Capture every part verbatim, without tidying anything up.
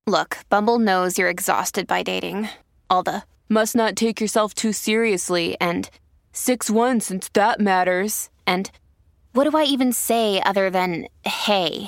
Look, Bumble knows you're exhausted by dating. All the must not take yourself too seriously and six one since that matters. And what do I even say other than hey?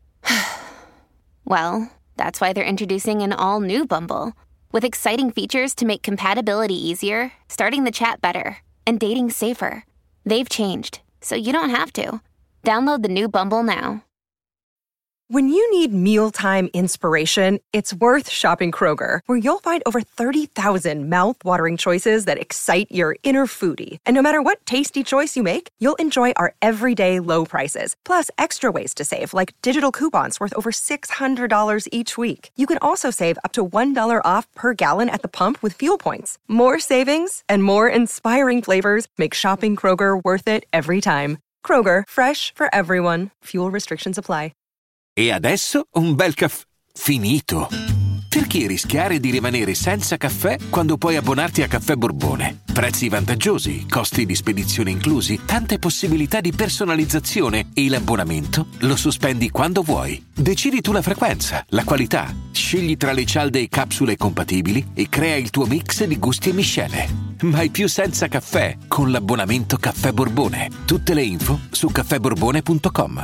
Well, that's why they're introducing an all-new Bumble with exciting features to make compatibility easier, starting the chat better, and dating safer. They've changed, so you don't have to. Download the new Bumble now. When you need mealtime inspiration, it's worth shopping Kroger, where you'll find over thirty thousand mouth-watering choices that excite your inner foodie. And no matter what tasty choice you make, you'll enjoy our everyday low prices, plus extra ways to save, like digital coupons worth over six hundred dollars each week. You can also save up to one dollar off per gallon at the pump with fuel points. More savings and more inspiring flavors make shopping Kroger worth it every time. Kroger, fresh for everyone. Fuel restrictions apply. E adesso un bel caffè finito. Perché rischiare di rimanere senza caffè quando puoi abbonarti a Caffè Borbone? Prezzi vantaggiosi, costi di spedizione inclusi, tante possibilità di personalizzazione e l'abbonamento lo sospendi quando vuoi. Decidi tu la frequenza, la qualità, scegli tra le cialde e capsule compatibili e crea il tuo mix di gusti e miscele. Mai più senza caffè con l'abbonamento Caffè Borbone. Tutte le info su caffè borbone punto com.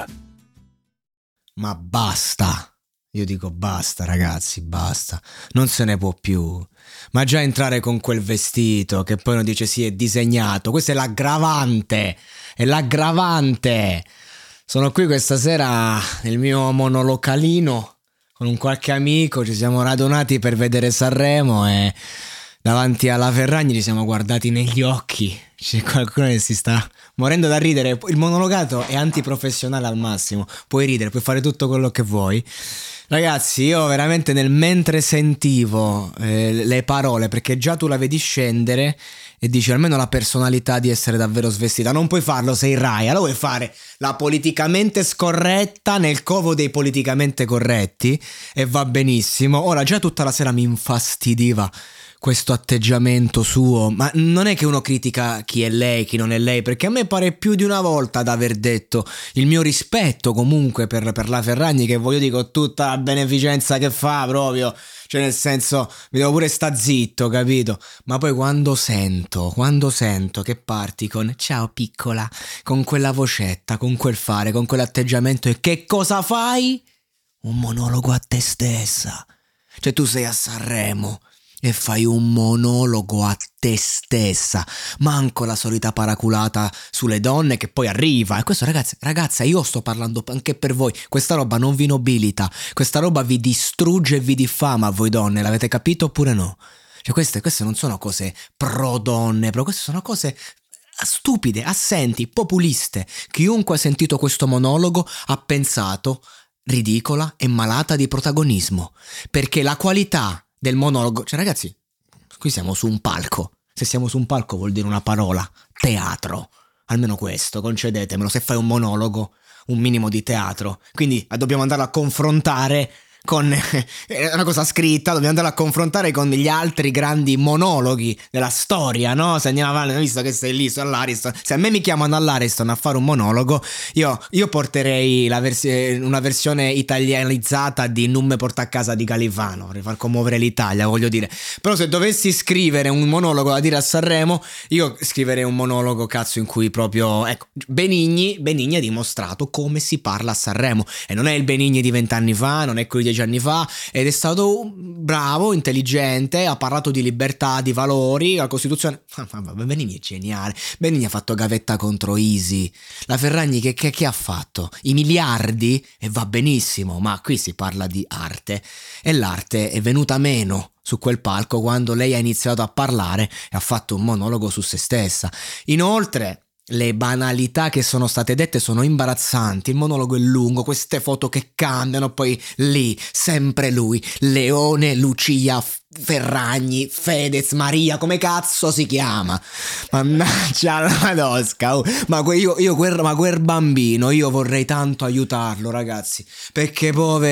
Ma basta, io dico basta ragazzi, basta, non se ne può più. Ma già entrare con quel vestito che poi uno dice sì è disegnato, questo è l'aggravante, è l'aggravante. Sono qui questa sera nel mio monolocalino con un qualche amico, ci siamo radunati per vedere Sanremo e davanti alla Ferragni ci siamo guardati negli occhi. C'è qualcuno che si sta morendo da ridere. Il monologato è antiprofessionale al massimo. Puoi ridere, puoi fare tutto quello che vuoi. Ragazzi, io veramente nel mentre sentivo eh, le parole, perché già tu la vedi scendere e dici almeno la personalità di essere davvero svestita. Non puoi farlo, sei Rai. Allora vuoi fare la politicamente scorretta nel covo dei politicamente corretti e va benissimo. Ora già tutta la sera mi infastidiva questo atteggiamento suo, ma non è che uno critica chi è lei, chi non è lei, perché a me pare più di una volta ad aver detto il mio rispetto comunque per, per la Ferragni, che voglio dire con tutta la beneficenza che fa proprio, cioè nel senso mi devo pure sta zitto, capito? Ma poi quando sento, quando sento che parti con ciao piccola, con quella vocetta, con quel fare, con quell'atteggiamento, e che cosa fai? Un monologo a te stessa. Cioè tu sei a Sanremo e fai un monologo a te stessa, manco la solita paraculata sulle donne che poi arriva. E questo ragazzi, ragazza, io sto parlando anche per voi, questa roba non vi nobilita, questa roba vi distrugge e vi diffama a voi donne, l'avete capito oppure no? Cioè queste, queste non sono cose pro donne, però queste sono cose stupide, assenti, populiste. Chiunque ha sentito questo monologo ha pensato ridicola e malata di protagonismo, perché la qualità del monologo, cioè ragazzi, qui siamo su un palco, se siamo su un palco vuol dire una parola, teatro, almeno questo, concedetemelo, se fai un monologo, un minimo di teatro, quindi dobbiamo andare a confrontare con è una cosa scritta, dobbiamo andare a confrontare con gli altri grandi monologhi della storia, no? Se andiamo avanti, visto che sei lì all'Ariston, se a me mi chiamano all'Ariston a fare un monologo, io, io porterei la vers- una versione italianizzata di Non me porta a casa di Califano, per far commuovere l'Italia, voglio dire. Però se dovessi scrivere un monologo da dire a Sanremo, io scriverei un monologo cazzo in cui proprio, ecco, Benigni, Benigni ha dimostrato come si parla a Sanremo, e non è il Benigni di vent'anni fa, non è quello di anni fa, ed è stato bravo, intelligente, ha parlato di libertà, di valori, la Costituzione. Benigni è geniale. Benigni ha fatto gavetta contro Isi. La Ferragni che, che, che ha fatto? I miliardi? E va benissimo, ma qui si parla di arte, e l'arte è venuta meno su quel palco quando lei ha iniziato a parlare e ha fatto un monologo su se stessa. Inoltre le banalità che sono state dette sono imbarazzanti, il monologo è lungo, queste foto che cambiano, poi lì, sempre lui, Leone, Lucia, Ferragni, Fedez, Maria, come cazzo si chiama? Mannaggia la dosca, oh. ma, que- io, io quel, ma quel bambino, io vorrei tanto aiutarlo ragazzi, perché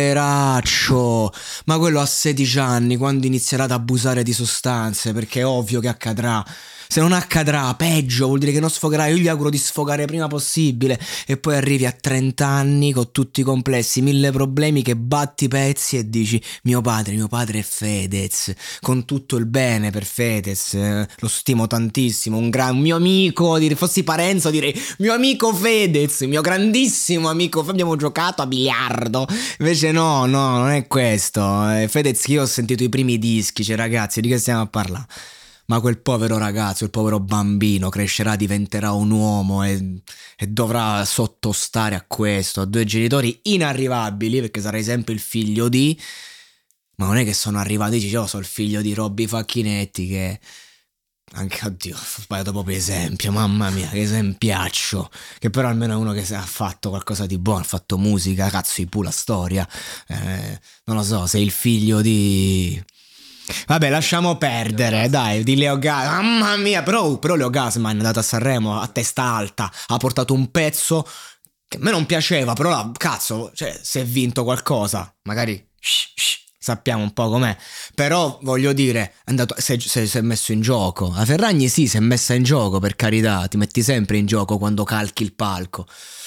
poveraccio, ma quello a sedici anni, quando inizierà ad abusare di sostanze, perché è ovvio che accadrà, Se non accadrà, peggio, vuol dire che non sfogherai. Io gli auguro di sfogare prima possibile e poi arrivi a trenta anni con tutti i complessi, mille problemi, che batti i pezzi e dici mio padre, mio padre è Fedez, con tutto il bene per Fedez, eh, lo stimo tantissimo, un, gran, un mio amico, dire, fossi Parenzo direi mio amico Fedez, mio grandissimo amico, abbiamo giocato a biliardo. Invece no, no, non è questo. eh, Fedez, io ho sentito i primi dischi, cioè ragazzi, di che stiamo a parlare? Ma quel povero ragazzo, il povero bambino crescerà, diventerà un uomo e, e dovrà sottostare a questo, a due genitori inarrivabili, perché sarai sempre il figlio di... Ma non è che sono arrivati, dici, io sono il figlio di Robby Facchinetti, che... Anche, oddio, ho sbagliato proprio esempio, mamma mia, che esempiaccio. Che però almeno è uno che ha fatto qualcosa di buono, ha fatto musica, cazzo, i pula storia. Eh, non lo so, sei il figlio di... Vabbè, lasciamo perdere, dai, di Leo Gassman. Mamma mia, però, però Leo Gassman è andato a Sanremo a testa alta, ha portato un pezzo che a me non piaceva, però la, cazzo, cioè, si è vinto qualcosa, magari shh, shh, sappiamo un po' com'è, però voglio dire, è andato, si, è, si, si è messo in gioco. La Ferragni sì, si è messa in gioco, per carità, ti metti sempre in gioco quando calchi il palco,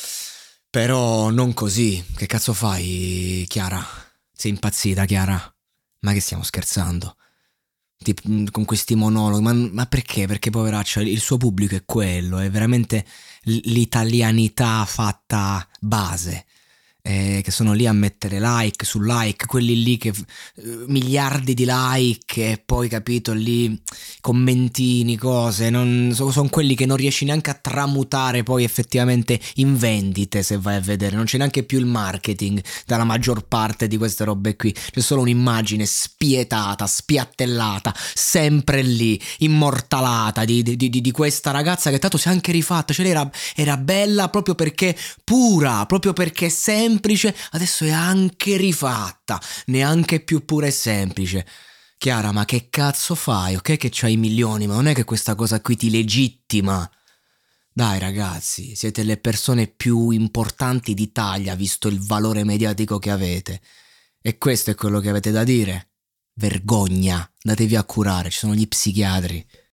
però non così. Che cazzo fai, Chiara? Sei impazzita, Chiara? Ma che stiamo scherzando? Tipo, con questi monologhi, ma, ma perché? Perché poveraccio, il suo pubblico è quello, è veramente l'italianità fatta base, eh, che sono lì a mettere like su like, quelli lì che eh, miliardi di like e poi, capito, lì commentini, cose, non, sono, sono quelli che non riesci neanche a tramutare poi effettivamente in vendite, se vai a vedere, non c'è neanche più il marketing dalla maggior parte di queste robe qui, c'è solo un'immagine spietata, spiattellata, sempre lì, immortalata di, di, di, di questa ragazza che tanto si è anche rifatta, cioè lei era, era bella proprio perché pura, proprio perché semplice, adesso è anche rifatta, neanche più pura e semplice. Chiara, ma che cazzo fai? Ok che c'hai i milioni, ma non è che questa cosa qui ti legittima. Dai ragazzi, siete le persone più importanti d'Italia, visto il valore mediatico che avete. E questo è quello che avete da dire? Vergogna, datevi a curare, ci sono gli psichiatri.